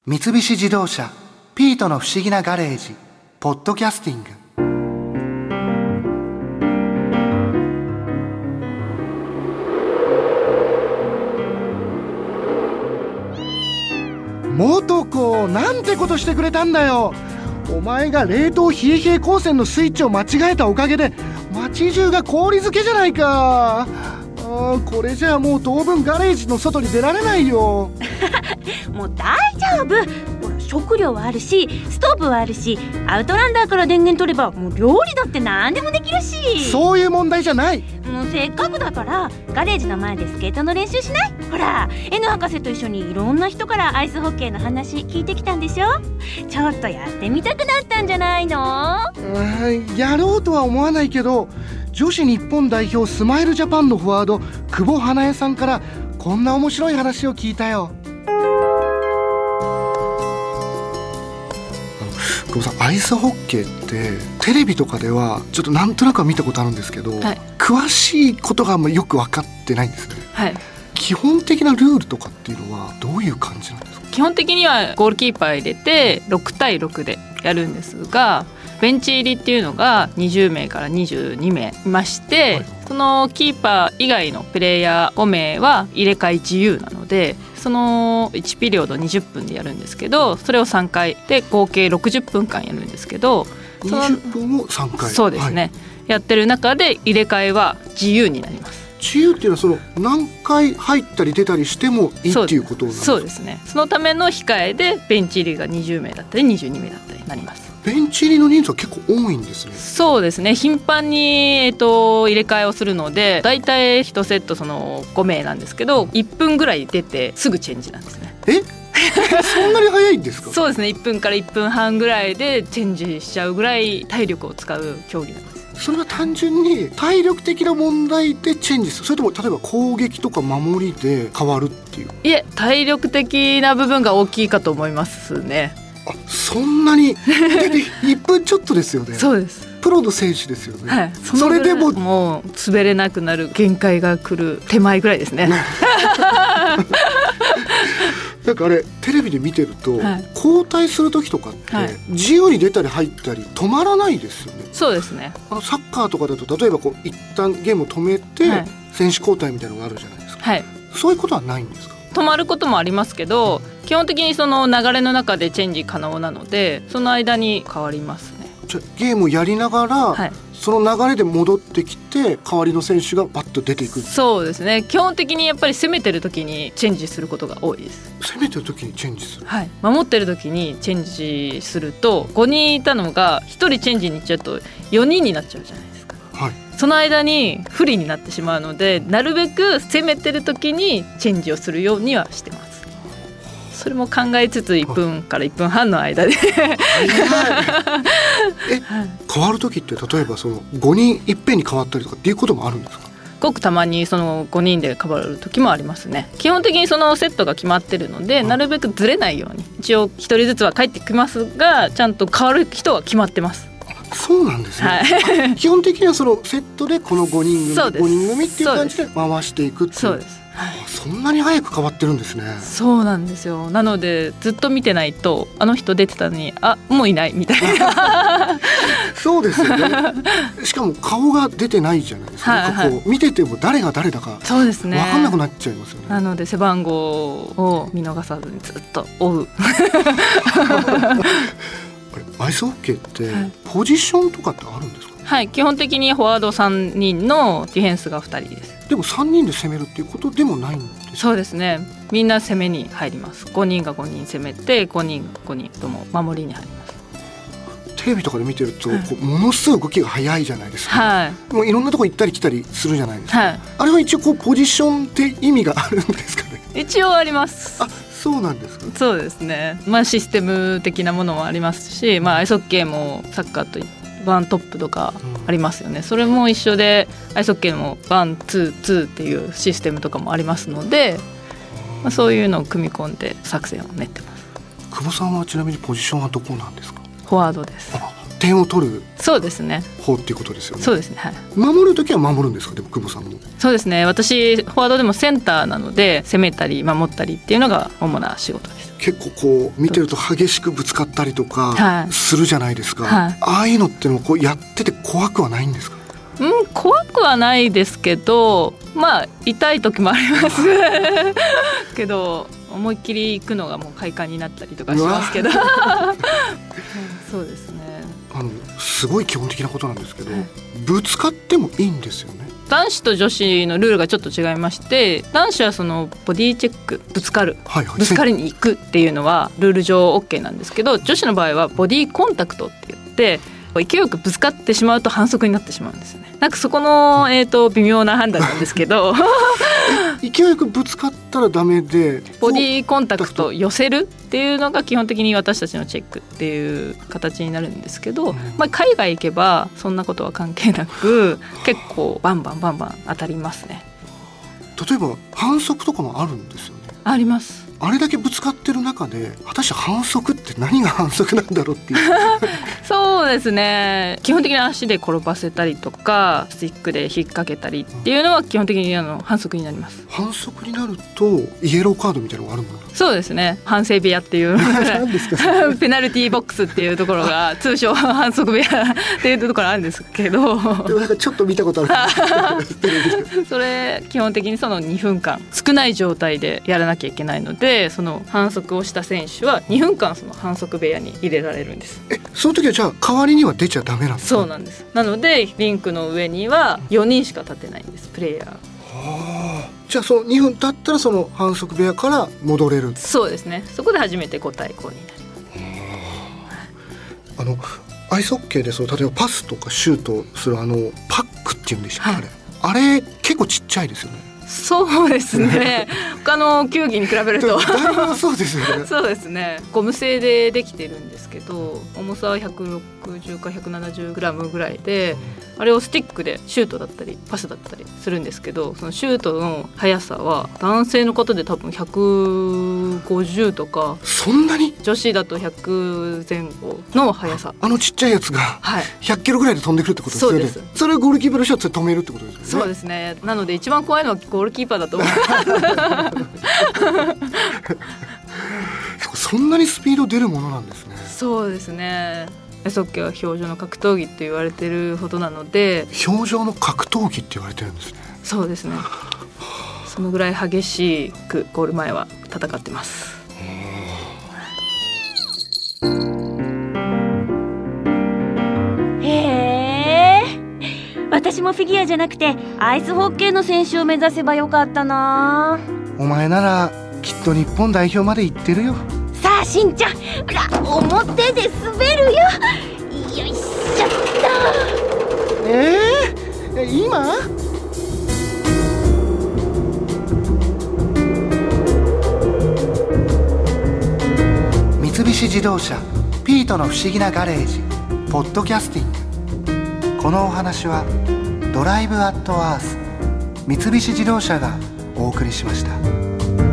三菱自動車ピートの不思議なガレージポッドキャスティング。元子、なんてことしてくれたんだよ。お前が冷凍冷え冷え光線のスイッチを間違えたおかげで街中が氷漬けじゃないか。これじゃあもう当分ガレージの外に出られないよ。 もう大丈夫。ほら、食料はあるし、ストーブはあるし、アウトランダーから電源取ればもう料理だって何でもできるし。 そういう問題じゃない。 もうせっかくだからガレージの前でスケートの練習しない？ほら、N 博士と一緒にいろんな人からアイスホッケーの話聞いてきたんでしょ。ちょっとやってみたくなったんじゃないの？ やろうとは思わないけど、女子日本代表スマイルジャパンのフォワード久保花江さんからこんな面白い話を聞いたよ。久保さん、アイスホッケーってテレビとかではちょっとなんとなくは見たことあるんですけど、はい、詳しいことがあんまりよく分かってないんですね。はい、基本的なルールとかっていうのはどういう感じなんですか？ 基本的にはゴールキーパー入れて6対6でやるんですが、ベンチ入りっていうのが20名から22名いまして、はい、そのキーパー以外のプレイヤー5名は入れ替え自由なので、その1ピリオド20分でやるんですけど、それを3回で合計60分間やるんですけど、 20分を3回、 そうですね、はい、やってる中で入れ替えは自由になります。 自由っていうのはその何回入ったり出たりしてもいいっていうことなんですか？ そうですね。そのための控えでベンチ入りが20名だったり22名だったりになります。 ベンチ入りの人数は結構多いんですね。 そうですね。頻繁に、入れ替えをするので、だいたい1セットその5名なんですけど、1分ぐらい出てすぐチェンジなんですね。 そんなに早いんですか？ そうですね。1分から1分半ぐらいでチェンジしちゃうぐらい体力を使う競技なんです。 それは単純に体力的な問題でチェンジする、それとも例えば攻撃とか守りで変わるっていう？ いえ、体力的な部分が大きいかと思いますね。 そんなに1分ちょっとですよね。 そうです。 プロの選手ですよね。 はい、 それでももう滑れなくなる限界が来る手前ぐらいですね。 なんかあれテレビで見てると、はい、交代する時とかって、はい、自由に出たり入ったり止まらないですよね。 そうですね。 サッカーとかだと例えばこう一旦ゲームを止めて、はい、選手交代みたいなのがあるじゃないですか。はい、そういうことはないんですか？ 止まることもありますけど、基本的にその流れの中でチェンジ可能なので、その間に変わりますね。 じゃあゲームをやりながら、はい、その流れで戻ってきて代わりの選手がバッと出ていく。 そうですね。基本的にやっぱり攻めてる時にチェンジすることが多いです。 攻めてる時にチェンジする、 はい、守ってる時にチェンジすると5人いたのが1人チェンジに行っちゃうと4人になっちゃうじゃないですか。はい、その間に不利になってしまうので、なるべく攻めてる時にチェンジをするようにはしてます。それも考えつつ1分から1分半の間で変わる時って例えばその5人いっぺんに変わったりとかっていうこともあるんですか？ ごくたまにその5人で変わる時もありますね。基本的にそのセットが決まってるので、なるべくずれないように一応1人ずつは帰ってきますが、ちゃんと変わる人は決まってます。 そうなんですね。はい、基本的にはそのセットでこの5人組5人組っていう感じで回していくっていう。そうです。はい、そんなに早く変わってるんですね。 そうなんですよ。なのでずっと見てないと、あの人出てたのにもういないみたいな。 そうですよね。しかも顔が出てないじゃないですか。はいはい、なんかこう見てても誰が誰だか分かんなくなっちゃいますよね。 なので背番号を見逃さずにずっと追う。 アイスホッケーってポジションとかってあるんですか？ はい、基本的にフォワード3人のディフェンスが2人です。 でも3人で攻めるっていうことでもないんですか？ そうですね。みんな攻めに入ります。5人が5人攻めて、5人が5人とも守りに入ります。 テレビとかで見てると、こうものすごい動きが速いじゃないですか。はい、もういろんなとこ行ったり来たりするじゃないですか。はい、あれは一応こうポジションって意味があるんですかね？ 一応あります。 そうなんですか？ そうですね。システム的なものもありますし、アイスホッケーもサッカーとワントップとかありますよね。それも一緒で、アイスホッケーもワンツーツーっていうシステムとかもありますので、そういうのを組み込んで作戦を練ってます。 久保さんはちなみにポジションはどこなんですか？ フォワードです。 点を取るそうですね方っていうことですよね。 そうですね、はい、 守るときは守るんですか？でも久保さんも。 そうですね。私フォワードでもセンターなので、攻めたり守ったりっていうのが主な仕事です。 結構こう見てると激しくぶつかったりとかするじゃないですか、 はい、 ああいうのってのこうやってて怖くはないんですか？ 怖くはないですけど、まあ痛い時もありますけど、思いっきり行くのがもう快感になったりとかしますけどそうですね。 すごい基本的なことなんですけど、 はい、 ぶつかってもいいんですよね。 男子と女子のルールがちょっと違いまして、男子はそのボディチェック、ぶつかる、 はいはい、 ぶつかりに行くっていうのはルール上 OK なんですけど、女子の場合はボディコンタクトって言って勢いよくぶつかってしまうと反則になってしまうんですよね。なんかそこの、微妙な判断なんですけど勢いよくぶつかったらダメで、 ボディコンタクト寄せるっていうのが基本的に私たちのチェックっていう形になるんですけど、海外行けばそんなことは関係なく結構バンバン当たりますね。 例えば反則とかもあるんですよね。 あります。 あれだけぶつかってる中で果たして反則って何が反則なんだろうっていうそうですね、基本的に足で転ばせたりとかスティックで引っ掛けたりっていうのは基本的に反則になります。 反則になるとイエローカードみたいなのがあるものなんですか？ そうですね、反省部屋っていう何ですかペナルティーボックスっていうところが通称反則部屋っていうところあるんですけどでもなんかちょっと見たことあるそれ基本的にその2分間少ない状態でやらなきゃいけないので、その反則をした選手は2分間その反則部屋に入れられるんです。 その時はじゃあ代わりには出ちゃダメなんですか？ そうなんです。なのでリンクの上には4人しか立てないんです、プレイヤー。 じゃあその2分経ったらその反則部屋から戻れる？ そうですね、そこで初めて5対5になります。 アイスホッケーで例えばパスとかシュートするパックっていうんでしたっけ、 はい、 あれ結構ちっちゃいですよね。 そうですね他の球技に比べるとだいぶそうですよねそうですね、ゴム製でできてるんですけど、重さは160か170グラムぐらいで、あれをスティックでシュートだったりパスだったりするんですけど、そのシュートの速さは男性の方で多分150とか、 そんなに？ 女子だと100前後の速さ、 ちっちゃいやつが100キロぐらいで飛んでくるってことですよね。そうです。それをゴールキーパーの人は止めるってことですよね。 そうですね、なので一番怖いのはゴールキーパーだと思いますそんなにスピード出るものなんですね。 そうですね、アイスホッケーは氷上の格闘技って言われてるほどなので。 氷上の格闘技って言われてるんですね。 そうですね、そのぐらい激しくゴール前は戦ってます。 私もフィギュアじゃなくてアイスホッケーの選手を目指せばよかったな。 お前ならきっと日本代表まで行ってるよ。 さあしんちゃん、ほら表で滑るよ。よいしょっと。今？三菱自動車ピートの不思議なガレージポッドキャスティング。このお話はドライブアットアース三菱自動車がお送りしました。